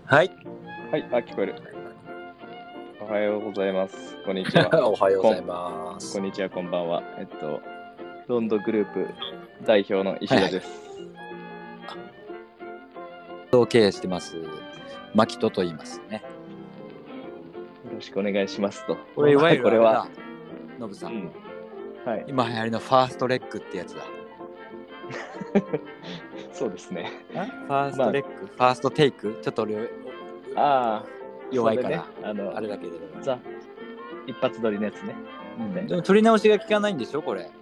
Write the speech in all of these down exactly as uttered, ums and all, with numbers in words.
はい。 はい、あ、聞こえる。おはようございます。こんにちは。 おはようございます。 こんにちは、こんばんは。えっと、ロンドグループ代表の石田です。 を経営してます。マキトと言いますね。 よろしくお願いしますと。 これいわゆるこれは、 ノブさん、 うん、はい。 今流行りのファーストレッグってやつだ。 そうですね。 ファーストレッグ、まあ、ファーストテイク、ちょっと俺あ弱いから、ね、 あのあれだけれど。 ザ一発撮りのやつね。 うん、でも撮り直しが効かないんでしょこれ。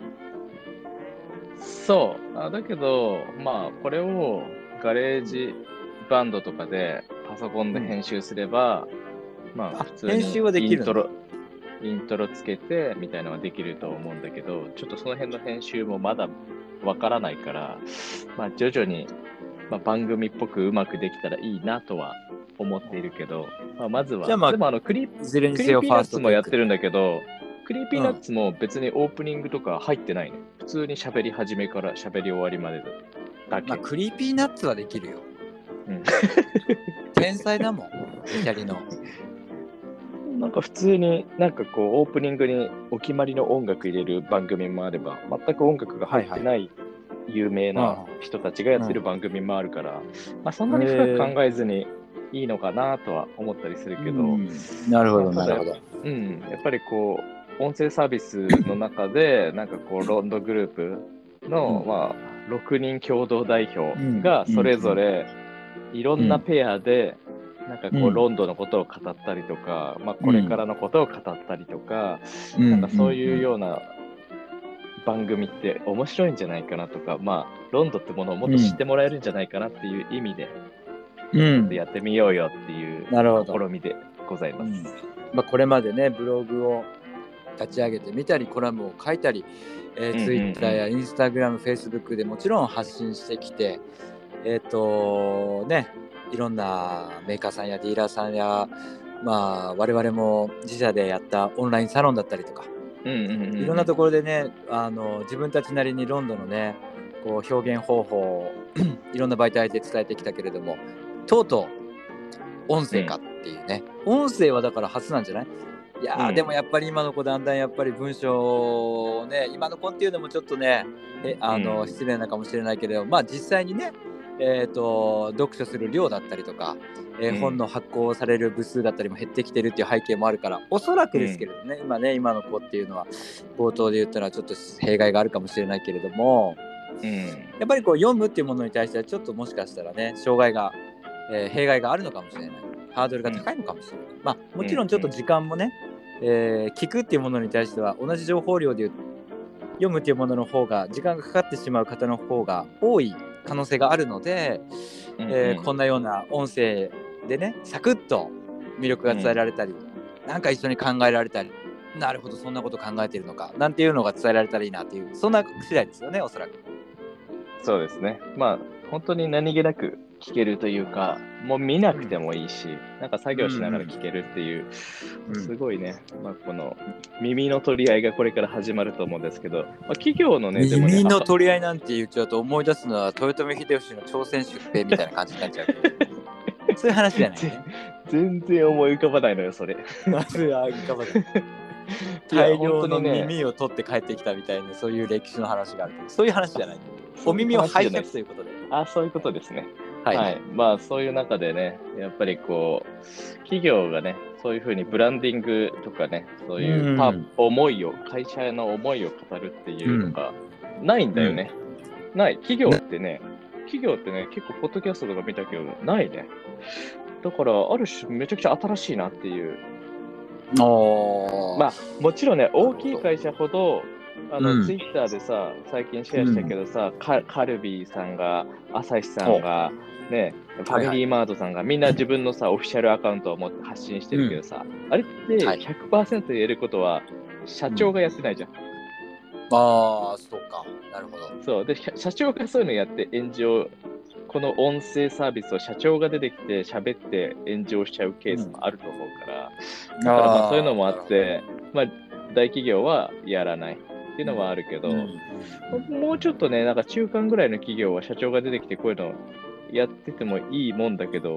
そうあだけどまあこれをガレージバンドとかでパソコンで編集すれば、うん、まあ普通に編集はできるイントロイントロつけてみたいなのはできると思うんだけど、ちょっとその辺の編集もまだわからないから、まあ徐々に、まあ、番組っぽくうまくできたらいいなとは思っているけど、まあ、まずは、 じゃあまあ、 でもあのクリクリーピーナッツもやってるんだけど、クリーピーナッツも別にオープニングとか入ってないね。普通に喋り始めから喋り終わりまでだけ。 まあ、クリーピーナッツはできるよ。 うん、 天才だもん、イタリの。 なんか普通になんかこうオープニングにお決まりの音楽入れる番組もあれば、全く音楽が入ってない有名な人たちがやってる番組もあるから、まあ、そんなに深く考えずにいいのかなとは思ったりするけど、うん、 なるほど、なるほど。 うん、やっぱりこう音声サービスの中でなんかこうロンドグループの、うん、まあ、ろくにん共同代表がそれぞれいろんなペアで、なんかこう、うん、ロンドンのことを語ったりとか、まあ、これからのことを語ったりとか、うん、なんかそういうような番組って面白いんじゃないかなとか、まあ、ロンドンってものをもっと知ってもらえるんじゃないかなっていう意味で、うん、ちょっとやってみようよっていう試みでございます。うん、 まあ、これまでね、ブログを立ち上げてみたり、コラムを書いたり、えー、ツイッターやインスタグラム、フェイスブックでもちろん発信してきて、えっとね、いろんなメーカーさんやディーラーさんや、まあ、我々も自社でやったオンラインサロンだったりとか、 うんうんうんうん、 いろんなところでね、あの自分たちなりにロンドンのね、こう表現方法をいろんな媒体で伝えてきたけれども、とうとう音声かっていうね、うん、音声はだから初なんじゃない？いやー、うん、でもやっぱり今の子だんだんやっぱり文章をね、今の子っていうのもちょっとね、えあの、うん、失礼なかもしれないけれど、まあ実際にね、えーと、読書する量だったりとか、えーうん、本の発行される部数だったりも減ってきてるっていう背景もあるから、おそらくですけれどね、うん、今ね、今の子っていうのは冒頭で言ったらちょっと弊害があるかもしれないけれども、うん、やっぱりこう読むっていうものに対してはちょっともしかしたらね、障害が、えー、弊害があるのかもしれない。ハードルが高いのかもしれない。うん、まあもちろんちょっと時間もね、えー、聞くっていうものに対しては同じ情報量で言うと読むっていうものの方が時間がかかってしまう方の方が多い可能性があるので、うんうん、えー、こんなような音声でね、サクッと魅力が伝えられたり、うん、なんか一緒に考えられたり、なるほどそんなこと考えてるのかなんていうのが伝えられたらいいなっていう、そんな次第ですよね、おそらく。 そうですね。まあ本当に何気なく聞けるというか、もう見なくてもいいし、うん、なんか作業しながら聞けるっていう、うん、すごいね、まあ、この耳の取り合いがこれから始まると思うんですけど、まあ、企業のね、でもね、 耳の取り合いなんて言っちゃうと思い出すのは豊臣秀吉の朝鮮出兵みたいな感じになっちゃうけどそういう話じゃないね。 全然思い浮かばないのよ、それ。 まずは浮かばない。大量の耳を取って帰ってきたみたいな、そういう歴史の話があるけど、そういう話じゃない。お耳を拝借ということで。 あ、そういうことですね。はい、はい。まあそういう中でね、やっぱりこう企業がね、そういうふうにブランディングとかね、そういうパ、うん、思いを会社の思いを語るっていうのがないんだよね。うん、ない。企業ってね、企業ってね、結構ポッドキャストとか見たけどないね。だからある種めちゃくちゃ新しいなっていう。 おまあもちろんね、大きい会社ほどあの、うん、ツイッターでさ、最近シェアしたけどさ、うん、カ, カルビーさんが、朝日さんが、ね、ファミリーマートさんが、はいはい、みんな自分のさ、オフィシャルアカウントを持って発信してるけどさ、うん、あれってひゃくパーセント言えることは、社長がやってないじゃん。うん、 ああ、そうか。なるほど。 そう。で、社長がそういうのやって炎上、この音声サービスを社長が出てきて喋って炎上しちゃうケースもあると思うから、うん、だからまあそういうのもあって、まあ大企業はやらない。っていうのはあるけど、うん、もうちょっとね、なんか中間ぐらいの企業は社長が出てきてこういうのやっててもいいもんだけど、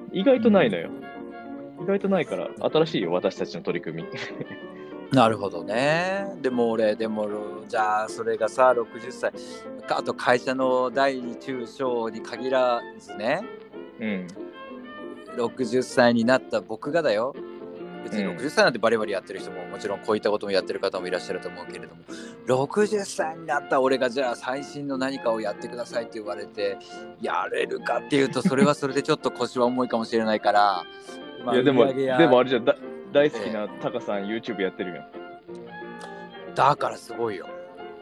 意外とないのよ。意外とないから、新しいよ、私たちの取り組み。 なるほどね。でも俺、でも、じゃあ、それがさ、ろくじゅっさい、あと会社の大中小に限らずね、 うん。 ろくじゅっさいになった僕がだよ。別にろくじゅっさいなんてバリバリやってる人ももちろんこういったこともやってる方もいらっしゃると思うけれども、ろくじゅっさいになった俺がじゃあ最新の何かをやってくださいって言われてやれるかっていうと、それはそれでちょっと腰は重いかもしれないから、まあ、 いやでも、 売り上げやでもあれじゃん、だ大好きなタカさん、YouTube やってるやん。 だからすごいよ。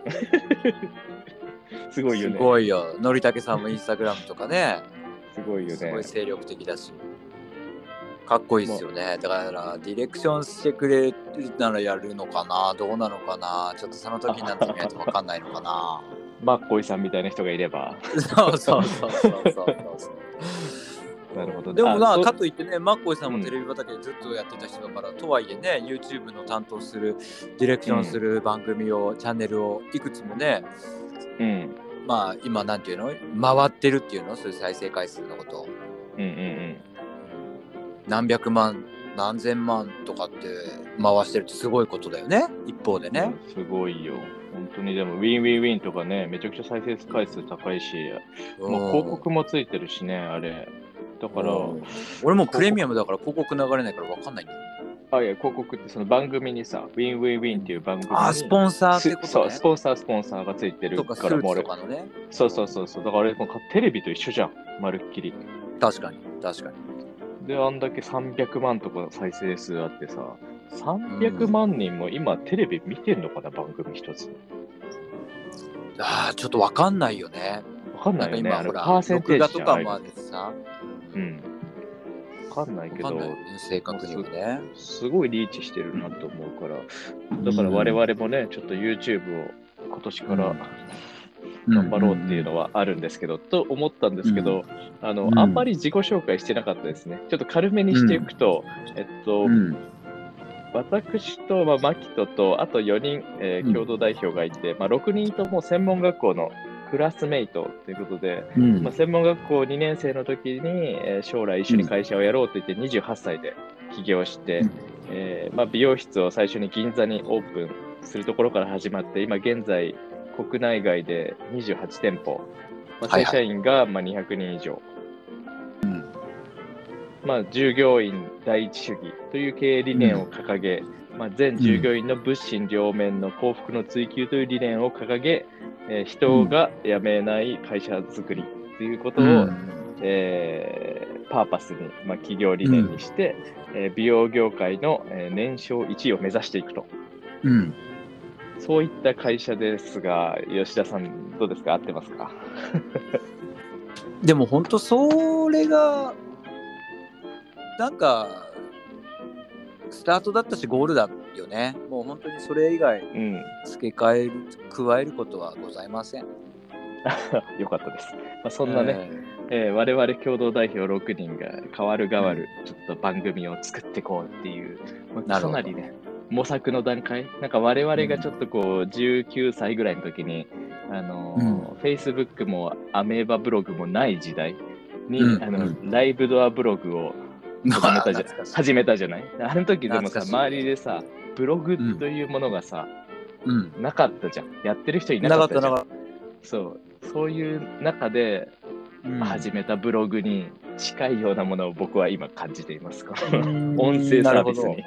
すごいよね。 すごいよ。のりたけさんもインスタグラムとかね、 すごいよね。 すごい精力的だし。かっこいいですよね。だからディレクションしてくれるならやるのかな、どうなのかな、ちょっとその時になってみないと分かんないのかな。 マッコイさんみたいな人がいれば。 そうそうそうそうそうなるほど。 でもな、 あかといってね、マッコイさんもテレビ畑でずっとやってた人だから、うん、とはいえね、YouTube の担当するディレクションする番組を、うん、チャンネルをいくつもね、 うん、 まあ今なんていうの、回ってるっていうの、そういう再生回数のことを。 うんうんうん。 何百万何千万とかって回してるってすごいことだよね、一方でね。 すごいよ本当に。でもウィンウィンウィンとかね、めちゃくちゃ再生回数高いし、まあ、広告もついてるしね、あれだから。 俺もプレミアムだから広告流れないから分かんないんだよ。 あ、いや、広告ってその番組にさ、ウィンウィンウィンっていう番組に、 あ、スポンサーってことね。 そう、スポンサースポンサーがついてるからもうあれ、 とかスーツとかのね。 そうそうそうそう、だからあれもうテレビと一緒じゃん、まるっきり。 確かに確かに。 で、あんだけさんびゃくまんとか再生数あってさ、さんびゃくまん人も今テレビ見てんのかな、番組一つ。 ああ、ちょっとわかんないよね。 わかんないよね。 なんか今ほら、パーセンテージとかもあってさ。 うん。わかんないけど、 ね、正確にはねす。すごいリーチしてるなと思うから、だから我々もね、ちょっと YouTube を今年から、うん頑張ろうっていうのはあるんですけど、うん、と思ったんですけど、うん、あの、うん、あんまり自己紹介してなかったですね。ちょっと軽めにしていくと、うん、えっと、うん、私と、まあ、マキトと、あとよにん、えー、共同代表がいて、まあ、ろくにんとも専門学校のクラスメイトということで、うんまあ、専門学校にねん生の時に、えー、将来一緒に会社をやろうと言ってにじゅうはっさいで起業して、うんえーまあ、美容室を最初に銀座にオープンするところから始まって、今現在、国内外でにじゅうはちてんぽ、まあ、正社員がまあにひゃくにん以上、はいはいまあ、従業員第一主義という経営理念を掲げ、うんまあ、全従業員の物心両面の幸福の追求という理念を掲げ、えー、人が辞めない会社づくりということを、うんえー、パーパスに、まあ、企業理念にして、うんえー、美容業界の、えー、年商いちいを目指していくと。うんそういった会社ですが、吉田さん、どうですか？合ってますか？ でも本当それが、なんか、スタートだったし、ゴールだよね。もう本当にそれ以外、付け替える、うん、加えることはございません。 よかったです。まあ、そんなね、えーえー、我々共同代表ろくにんが変わる変わる、ちょっと番組を作っていこうっていう、まあ、かなりね、模索の段階、なんか我々がちょっとこうじゅうきゅうさいぐらいの時に、あのーうん、Facebook もアメーバブログもない時代に、うん、あの、うん、ライブドアブログを始めたじゃ始めたじゃない。あの時でもさ、周りでさ、ブログというものがさ、うん、なかったじゃん。やってる人いなかったじゃん。なかったなかった。そう、そういう中で始めたブログに近いようなものを僕は今感じています。音声サービスに。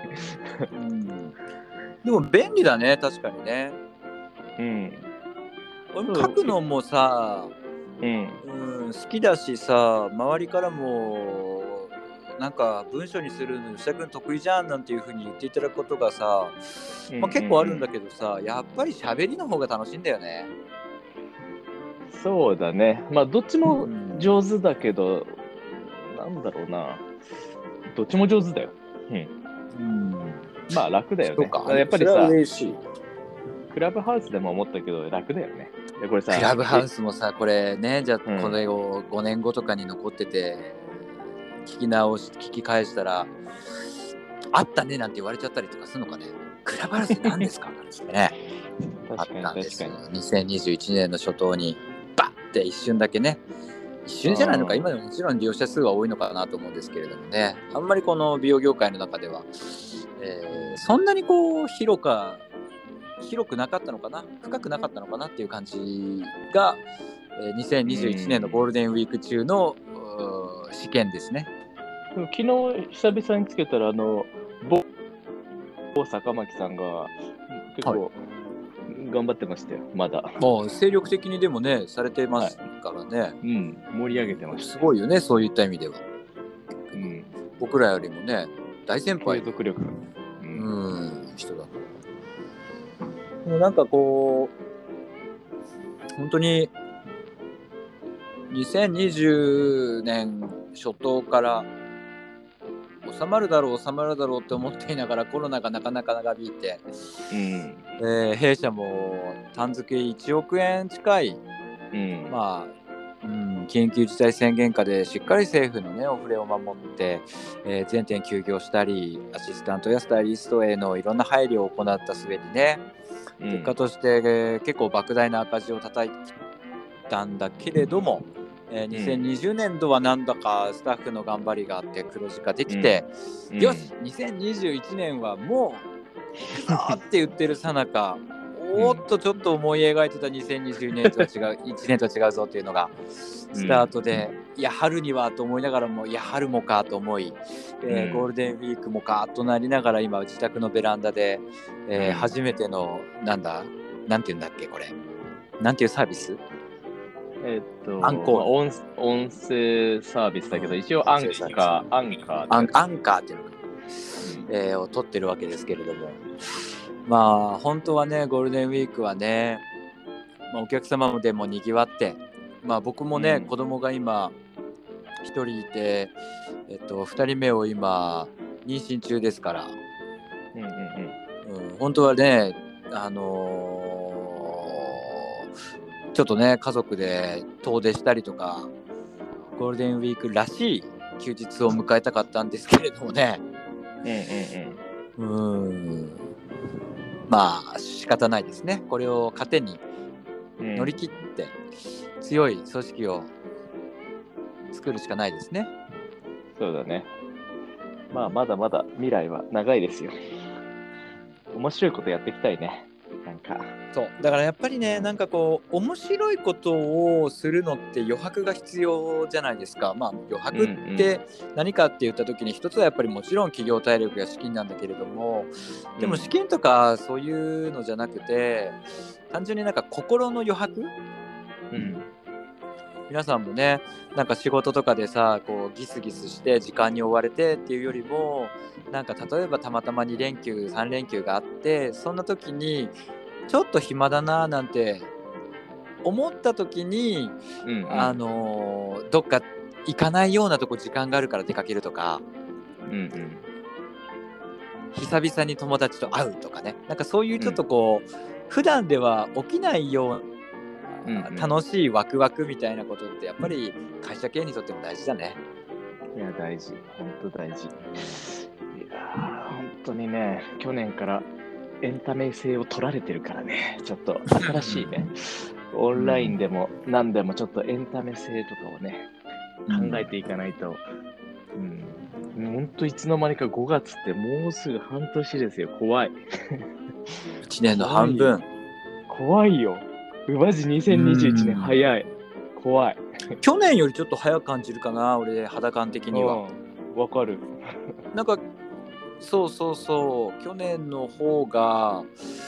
でも便利だね、確かにね。うん。俺書くのもさ、うん、うん、好きだしさ、周りからもなんか文章にするの吉田君得意じゃんなんていう風に言っていただくことがさ、まあ、結構あるんだけどさ、うん、やっぱり喋りの方が楽しいんだよね。 そうだね。まあどっちも上手だけど、うん、なんだろうな。どっちも上手だよ。うん。うんまあ楽だよね。やっぱりさ、クラブハウスでも思ったけど楽だよね。でこれさクラブハウスもさ、これね、じゃあこれをごねんごとかに残ってて、うん、聞き直し、聞き返したら、あったねなんて言われちゃったりとかするのかね。クラブハウスって何ですかなんてね。あったんですよ。にせんにじゅういちねんの初頭にバッて一瞬だけね、 一瞬じゃないのか、 うん今でももちろん利用者数は多いのかなと思うんですけれどもね、あんまりこの美容業界の中では、えーそんなにこう広か広くなかったのかな、深くなかったのかなっていう感じが、えーにせんにじゅういちねんのゴールデンウィーク中のうー試験ですね。 でも昨日久々につけたら、あの、某某坂巻さんが結構頑張ってましたよ、まだ。 もう精力的にでもねされてますからね、 うん、盛り上げてましたよ。 すごいよね、そういった意味では。 うん、 僕らよりもね大先継輩続力。う、 うんん人だから。でもなんかこう本当ににせんにじゅうねん初頭から収まるだろう収まるだろうって思っていながらコロナがなかなか長引いて、 うん、 えー弊社も単付けいちおくえん近い、 うん、 まあうん、緊急事態宣言下でしっかり政府の、ね、お触れを守って、えー全店休業したりアシスタントやスタイリストへのいろんな配慮を行った末にね、 うん結果として、えー結構莫大な赤字を叩いたんだけれども、えーにせんにじゅうねんどはなんだかスタッフの頑張りがあって黒字化できて、 うんよしにせんにじゅういちねんはもう行くぞって言ってるさなかおーっとちょっと思い描いてたにせんにじゅうねんとは違ういちねんとは違うぞっていうのがスタートで、いや春にはと思いながらもいや春もかと思い、えーうんゴールデンウィークもかとなりながら今自宅のベランダで、えーうん初めてのなんだなんて言うんだっけこれなんていうサービスえっと、 アンコールまあ音音声サービスだけど、一応アンカー、アンカーアンでアンカーっていうのか、えーを撮ってるわけですけれども、まあ本当はねゴールデンウィークはね、まあ、お客様でもにぎわって、まあ、僕もね、 うん子供が今ひとりいて、えっと、ふたりめを今妊娠中ですから、 うんうんうん、本当はね、あのーちょっとね家族で遠出したりとかゴールデンウィークらしい休日を迎えたかったんですけれどもね、 うんうんうんうーんまあ仕方ないですね。これを糧にうん乗り切って強い組織を作るしかないですね。 そうだね。まあ、まだまだ未来は長いですよ。面白いことやっていきたいね。なんか。 そうだからやっぱりねなんかこう面白いことをするのって余白が必要じゃないですか。まあ余白って何かって言った時に一つはやっぱりもちろん企業体力や資金なんだけれども、でも資金とかそういうのじゃなくて単純になんか心の余白、 うん皆さんもねなんか仕事とかでさこうギスギスして時間に追われてっていうよりもなんか例えばたまたまに連休さん連休があってそんな時にちょっと暇だななんて思った時に、 うんうんあのーどっか行かないようなとこ時間があるから出かけるとかうんうん久々に友達と会うとかねなんかそういうちょっとこう、普段では起きないようなうんうん楽しいワクワクみたいなことってやっぱり会社経営にとっても大事だね。 いや、大事。本当大事。いやー、本当にね、去年からエンタメ性を取られてるからね、ちょっと新しいね、オンラインでも何でもちょっとエンタメ性とかをね、考えていかないと、うん、本当いつの間にかごがつってもうすぐ半年ですよ、怖い。 いちねんの半分。 怖いよ。マジにせんにじゅういちねんうん早い。怖い。 去年よりちょっと早く感じるかな俺肌感的には。 うんわかる。 なんかそうそうそう去年の方が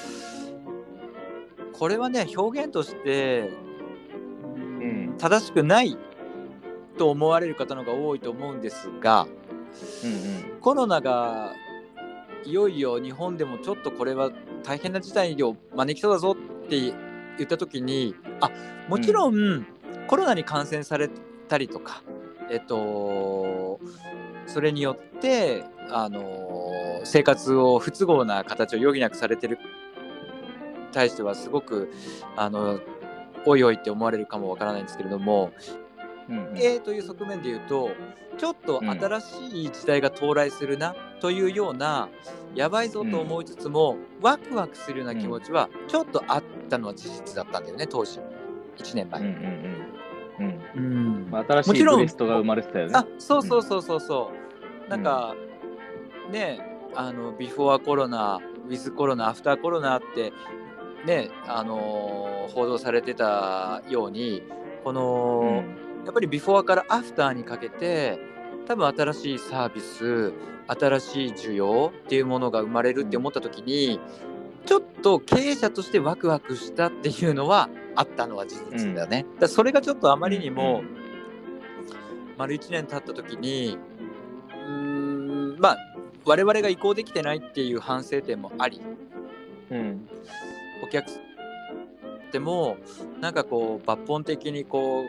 これはね表現として、 うん正しくないと思われる方の方が多いと思うんですが、 うんコロナがいよいよ日本でもちょっとこれは大変な事態を招きそうだぞって言った時にあもちろん、コロナに感染されたりとかえっとそれによってあの生活を不都合な形を余儀なくされてる対してはすごくあのおいおいって思われるかもわからないんですけれども、 うんうんうんえーという側面で言うとちょっと新しい時代が到来するなというような、やばいぞと思いつつも、ワクワクするような気持ちはちょっとあったのは事実だったんだよね当時いちねんまえ、 うんうんうんうんまあ、新しもちろんいブレストが生まれてたよね。 あそうそうそうそうそう、なんか、ねあのビフォーコロナウィズコロナアフターコロナってねあのー報道されてたようにこの、やっぱりビフォーからアフターにかけて多分新しいサービス新しい需要っていうものが生まれるって思った時に、ちょっと経営者としてワクワクしたっていうのはあったのは事実だよね。だからそれがちょっとあまりにも、丸いちねん経った時にうーんまあ我々が移行できてないっていう反省点もあり、 うん、 お客さんでもなんかこう抜本的にこ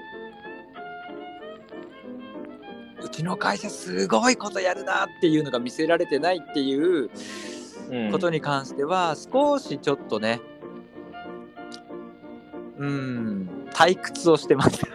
ううちの会社すごいことやるなっていうのが見せられてないっていうことに関しては少しちょっとねうーん退屈をしてます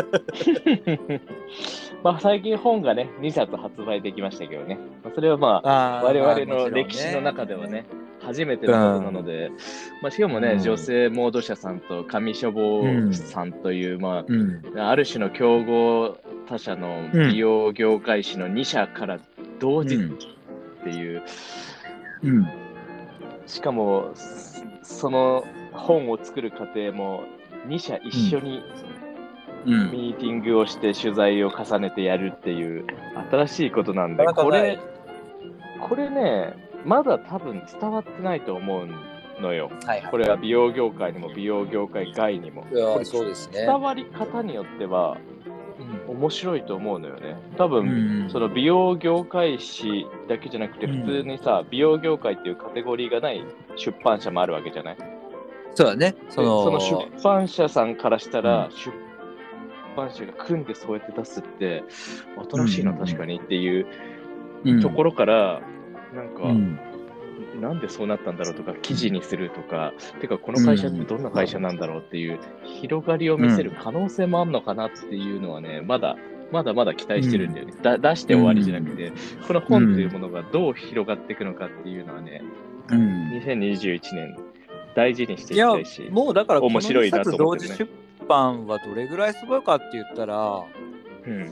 まあ最近本がねにさつ発売できましたけどね、まあ、それはまあ我々の歴史の中ではね初めてのことなので、うんまあ、しかもね、うん、女性モード社さんと紙書房さんという、うんまあうん、ある種の競合他社の美容業界誌のに社から同時っていう、うん、しかもその本を作る過程もに社一緒に、うん、ミーティングをして取材を重ねてやるっていう新しいことなんで、これこれねまだ多分伝わってないと思うのよ、はいはい、これは美容業界にも美容業界外にもこれそうですね、 伝わり方によっては、うん、面白いと思うのよね。多分、うん、その美容業界誌だけじゃなくて普通にさ、うん、美容業界っていうカテゴリーがない出版社もあるわけじゃない。 そうだね。 その、その出版社さんからしたら、うん、出版社が組んでそうやって出すって新しいの確かにっていうところから、うん、なんか、うんなんでそうなったんだろうとか、記事にするとか、うん、てかこの会社ってどんな会社なんだろうっていう広がりを見せる可能性もあるのかなっていうのはね、まだまだまだ期待してるんだよね。だ出して終わりじゃなくて、この本というものがどう広がっていくのかっていうのはね、うん、にせんにじゅういちねん大事にしていきたいし、 いやもうだから面白いなと思ってるね。同時出版はどれぐらいすごいかって言ったら、うん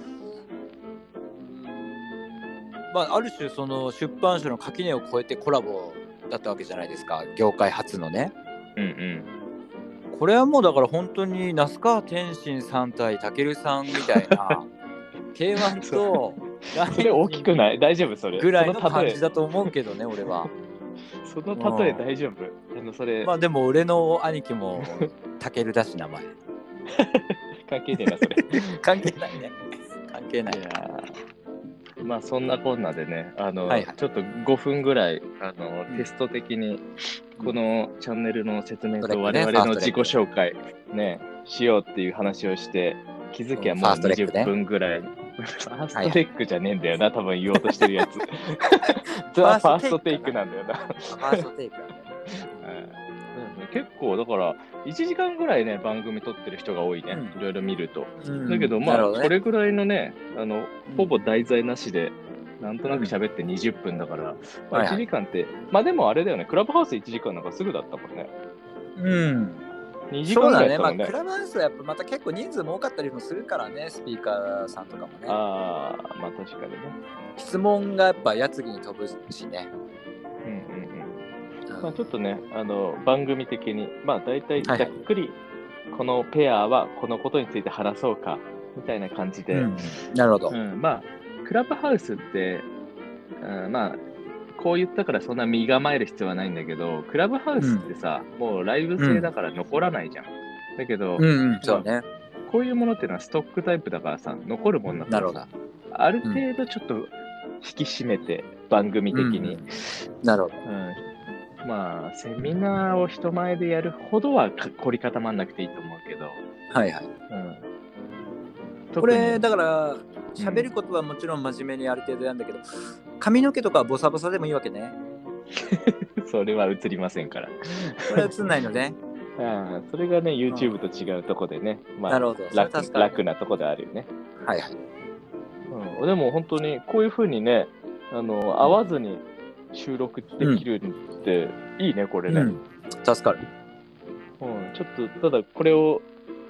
まあ、ある種その出版社の垣根を越えてコラボだったわけじゃないですか、業界初のね。うんうん、これはもうだから本当に那須川天心さん対武さんみたいなケーワン とそれ大きくない大丈夫それぐらいの感じだと思うけどね俺は。 その例え大丈夫、うん、あのそれまあでも俺の兄貴も武だし名前関係ねえなそれ関係ないね関係ない。いやまあそんなこんなでね、あの、はいはい、ちょっとごふんぐらいあの、うん、テスト的にこのチャンネルの説明と我々の自己紹介ね、しようっていう話をして気づきはもうにじゅっぷんぐらい。ファーストレックじゃねえんだよな、多分言おうとしてるやつ。ザ・ファーストテイクなんだよな。 ファーストテイクなんだよね。 結構だからいちじかんぐらいね番組撮ってる人が多いね、うん、いろいろ見ると、うん、だけどまあ、ね、これぐらいのねあの、うん、ほぼ題材なしでなんとなく喋ってにじゅっぷんだから、うんまあ、いちじかんって、はいはい、まあでもあれだよねクラブハウスいちじかんなんかすぐだったもんね。 うんにじかんぐらいだったもんね。 そうだね、まあ、クラブハウスはやっぱまた結構人数も多かったりもするからねスピーカーさんとかもね。 ああまあ確かにね。 質問がやっぱやつぎに飛ぶしね。 うんうんうんまあ、ちょっとね、あの番組的に、まあ大体ざっくり、このペアはこのことについて話そうか、みたいな感じで。うん、 なるほど、 うん。まあ、クラブハウスって、うん、まあ、こう言ったからそんな身構える必要はないんだけど、クラブハウスってさ、うん、もうライブ制だから残らないじゃん。うん、だけど、 うんうん、そうね。 こういうものっていうのはストックタイプだからさ、残るもんだからさ、ある程度ちょっと引き締めて、番組的に。 うん、なるほど。 うんまあ、セミナーを人前でやるほどは凝り固まんなくていいと思うけど。 はいはい。うん、これ、だから、喋ることはもちろん真面目にある程度やるんだけど、うん、髪の毛とかボサボサでもいいわけね。 それは映りませんから。 これは映んないのね。 ああそれがね、YouTube と違うとこでね、うん、まあ、 なるほど楽、楽なとこであるよね。 はいはい。 うん、でも本当に、こういうふうにね、あの、会わずに、収録できるっていいね、うん、これね、うん、 助かる、 うん、ちょっとただこれを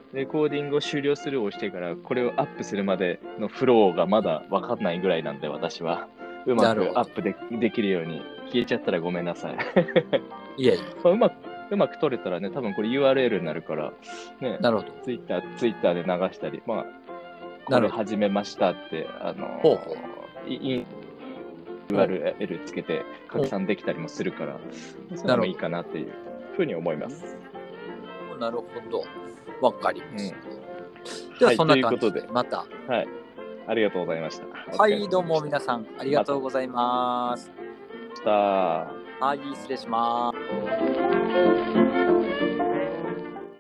レコーディングを終了するを押してから、これをアップするまでのフローがまだ分かんないぐらいなんで、私は。うまくアップでできるように、消えちゃったらごめんなさい。 いえいえ。 まあうまく、うまく撮れたらね、多分これ ユーアールエル になるから、ね、 なるほど。 ツイッター、ツイッターで流したり、まあ、これ始めましたって、あのー、 ほうほういユーアールエル つけて拡散できたりもするから、それもいいかなっていうふうに思います。 なるほど。わかりました。うん、では、そんな感じで、また。 はい。ありがとうございました。 はい、どうも皆さん、ありがとうございます。 また。 はい、失礼します。